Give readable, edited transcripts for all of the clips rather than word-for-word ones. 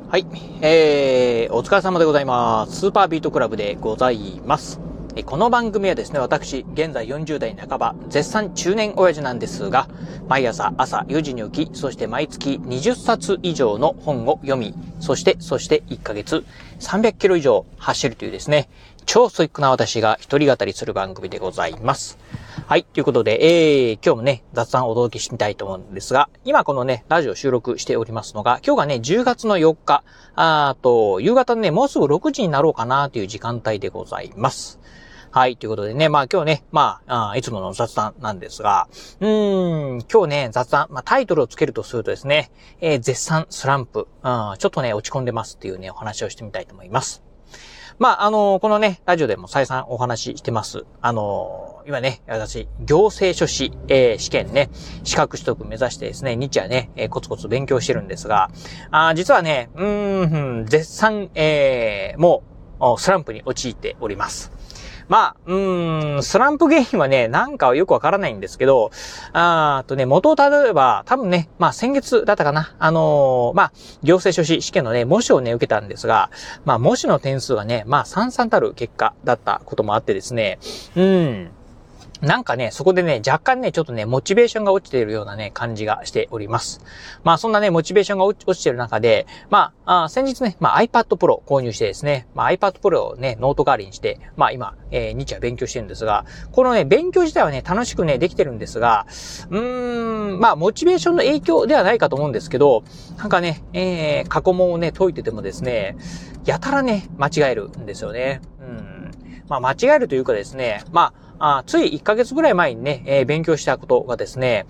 はい、お疲れ様でございます。スーパービートクラブでございます。この番組はですね、私、現在40代半ば、絶賛中年親父なんですが、毎朝4時に起き、そして毎月20冊以上の本を読み、そして1ヶ月300キロ以上走るというですね、超ストイックな私が一人語りする番組でございます。はい。ということで、今日もね、雑談をお届けしてみたいと思うんですが、今このね、ラジオ収録しておりますのが、今日がね、10月の4日、夕方のね、もうすぐ6時になろうかなという時間帯でございます。はい。ということでね、今日ね、いつもの雑談なんですが、今日ね、雑談、タイトルをつけるとするとですね、絶賛スランプ、ちょっとね、落ち込んでますっていうね、お話をしてみたいと思います。このね、ラジオでも再三お話ししてます。今ね、私、行政書士、試験ね、資格取得目指してですね、日夜ね、コツコツ勉強してるんですが、実はね、絶賛、もう、スランプに陥っております。スランプ原因はね、なんかはよくわからないんですけど、元をたどれば、多分ね、先月だったかな、行政書士試験のね、模試をね、受けたんですが、模試の点数がね、惨々たる結果だったこともあってですね、なんかね、そこでね、若干ね、ちょっとね、モチベーションが落ちているようなね、感じがしております。そんなね、モチベーションが落ちている中で、先日ね、iPad Pro 購入してですね、iPad Pro をね、ノート代わりにして、今、日夜勉強してるんですが、このね、勉強自体はね、楽しくね、できてるんですが、モチベーションの影響ではないかと思うんですけど、なんかね、過去問をね、解いててもですね、やたらね、間違えるんですよね。間違えるというかですね、つい1ヶ月ぐらい前にね、勉強したことがですね、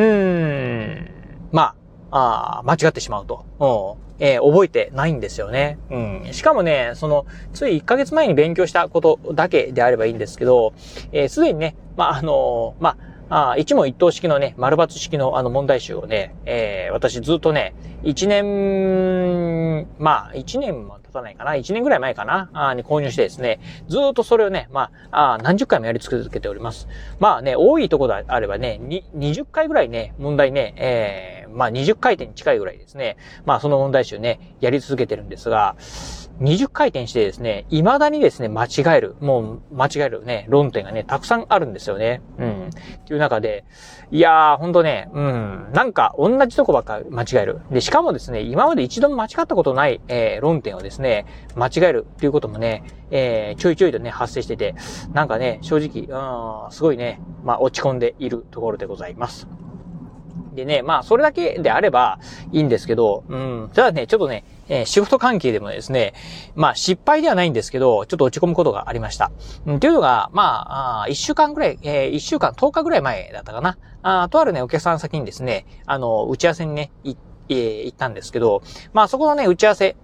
間違ってしまうと。覚えてないんですよね。しかもね、つい1ヶ月前に勉強したことだけであればいいんですけど、すでにね、一問一答式のね、丸抜式の問題集をね、私ずっとね、1年も経たないかな、1年ぐらい前かな、に購入してですね、ずっとそれをね、何十回もやり続けております。多いところであればね、20回ぐらいね、問題ね、20回転に近いぐらいですね、その問題集ね、やり続けてるんですが、20回転してですね、未だにですね、間違えるね、論点がね、たくさんあるんですよね。っていう中で、いやー、ほんとね、なんか、同じとこばっか間違える。で、しかもですね、今まで一度も間違ったことない、論点をですね、間違えるっていうこともね、ちょいちょいとね、発生してて、なんかね、正直、すごいね、落ち込んでいるところでございます。でね、それだけであればいいんですけど、ただね、ちょっとね、仕事関係でもですね、失敗ではないんですけど、ちょっと落ち込むことがありました。っていうのが、1週間ぐらい、1週間、10日ぐらい前だったかな。とあるね、お客さん先にですね、打ち合わせにね、行ったんですけど、そこのね、打ち合わせ、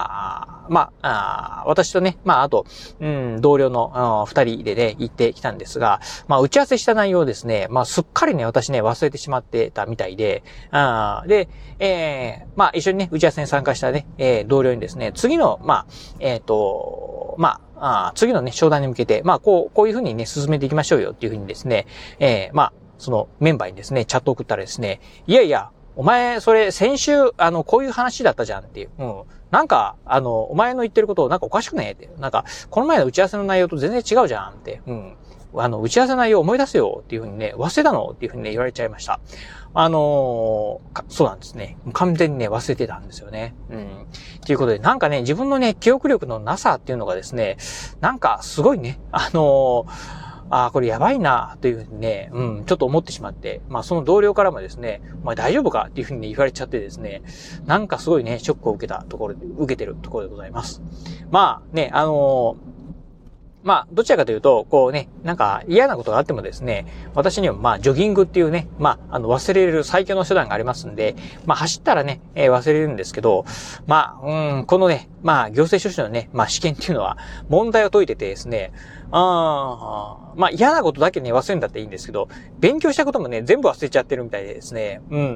私とね、あと、同僚の二人でね、行ってきたんですが、打ち合わせした内容ですね、すっかりね、私ね、忘れてしまってたみたいで、で、一緒にね、打ち合わせに参加したね、同僚にですね、次の、次のね、商談に向けて、こういうふうにね、進めていきましょうよっていうふうにですね、そのメンバーにですね、チャットを送ったらですね、いやいや、お前、それ、先週、こういう話だったじゃんっていう。なんか、お前の言ってることなんかおかしくねって。なんか、この前の打ち合わせの内容と全然違うじゃんって。打ち合わせの内容思い出せよっていうふうにね、忘れたのっていうふうにね、言われちゃいました。そうなんですね。完全にね、忘れてたんですよね。ということで、なんかね、自分のね、記憶力のなさっていうのがですね、なんか、すごいね、これやばいなというふうにね、ちょっと思ってしまって、その同僚からもですね、お前大丈夫かっていうふうに、ね、言われちゃってですね、なんかすごいね、ショックを受けてるところでございます。どちらかというと、こうね、なんか嫌なことがあってもですね、私にはジョギングっていうね、忘れる最強の手段がありますんで、走ったらね、忘れるんですけど、このね、行政書士のね、試験っていうのは、問題を解いててですね、嫌なことだけね、忘れるんだっていいんですけど、勉強したこともね、全部忘れちゃってるみたいでですね、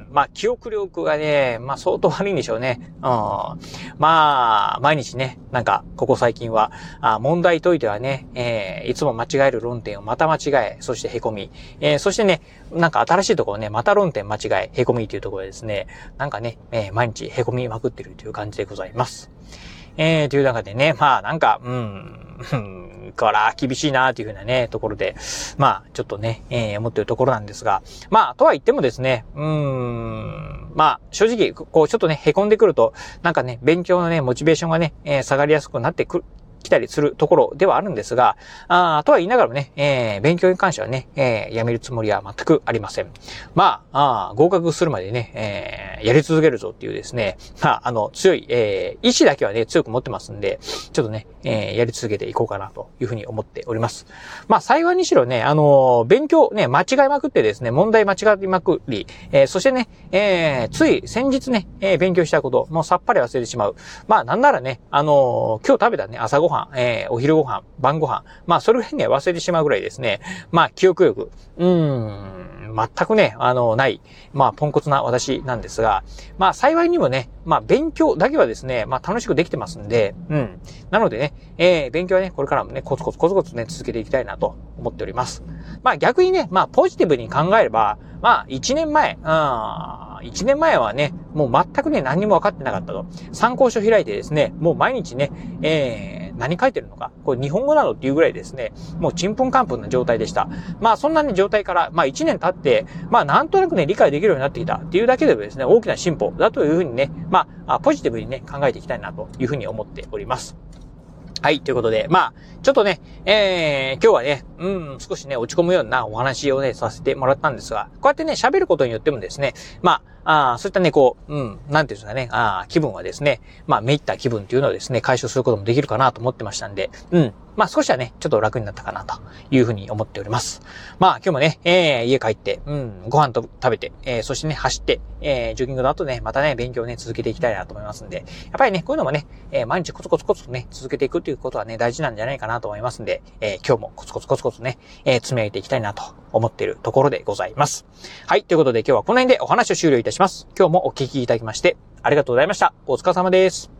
まあ、記憶力がね、まあ、相当悪いんでしょうね。まあ、毎日ね、なんか、ここ最近は、問題解いてはね、いつも間違える論点をまた間違え、そして凹み、そしてね、なんか新しいところね、また論点間違え、凹みというところでですね、なんかね、毎日凹みまくってるという感じでございます。という中でね、まあ、なんか、こら、厳しいなというふうなね、ところで、まあ、ちょっとね、思ってるところなんですが、まあ、とは言ってもですね、まあ、正直、こう、ちょっとね、凹んでくると、なんかね、勉強のね、モチベーションがね、下がりやすくなってきたりするところではあるんですが、とは言いながらもね、勉強に関してはね、やめるつもりは全くありません。まあ、合格するまでね、やり続けるぞっていうですね、まあ、強い、意志だけはね、強く持ってますんで、ちょっとね、やり続けていこうかなというふうに思っております。まあ、幸いにしろね、勉強ね、間違いまくってですね、問題間違いまくり、そしてね、つい先日ね、勉強したこと、もうさっぱり忘れてしまう。まあ、なんならね、今日食べたね、朝ごはん、お昼ご飯、晩ご飯、まあ、それぐらいね、忘れてしまうぐらいですね、まあ、記憶力、全くね、ない、まあ、ポンコツな私なんですが、まあ、幸いにもね、まあ、勉強だけはですね、まあ、楽しくできてますんで、なのでね、勉強はね、これからもね、コツコツね、続けていきたいなと思っております。まあ、逆にね、まあ、ポジティブに考えれば、まあ、1年前はね、もう全くね、何にも分かってなかったと。参考書開いてですね、もう毎日ね、何書いてるのか、これ日本語なのっていうぐらいですね、もうちんぷんかんぷんな状態でした。まあそんなね状態から、まあ1年経って、まあなんとなくね、理解できるようになってきたっていうだけでもですね、大きな進歩だというふうにね、まあポジティブにね、考えていきたいなというふうに思っております。はい、ということで、まあ、ちょっとね、今日はね、少しね、落ち込むようなお話をね、させてもらったんですが、こうやってね、喋ることによってもですね、まあ、そういったね、こう、なんていうんですかね、気分はですね、まあ、めいった気分っていうのをですね、解消することもできるかなと思ってましたんで、まあ少しはね、ちょっと楽になったかなというふうに思っております。まあ今日もね、家帰って、ご飯と食べて、そしてね、走って、ジョギングの後ね、またね、勉強をね、続けていきたいなと思いますんで、やっぱりね、こういうのもね、毎日コツコツね、続けていくっていうことはね、大事なんじゃないかなと思いますんで、今日もコツコツね、積み上げていきたいなと思っているところでございます。はい、ということで今日はこの辺でお話を終了いたします。今日もお聞きいただきまして、ありがとうございました。お疲れ様です。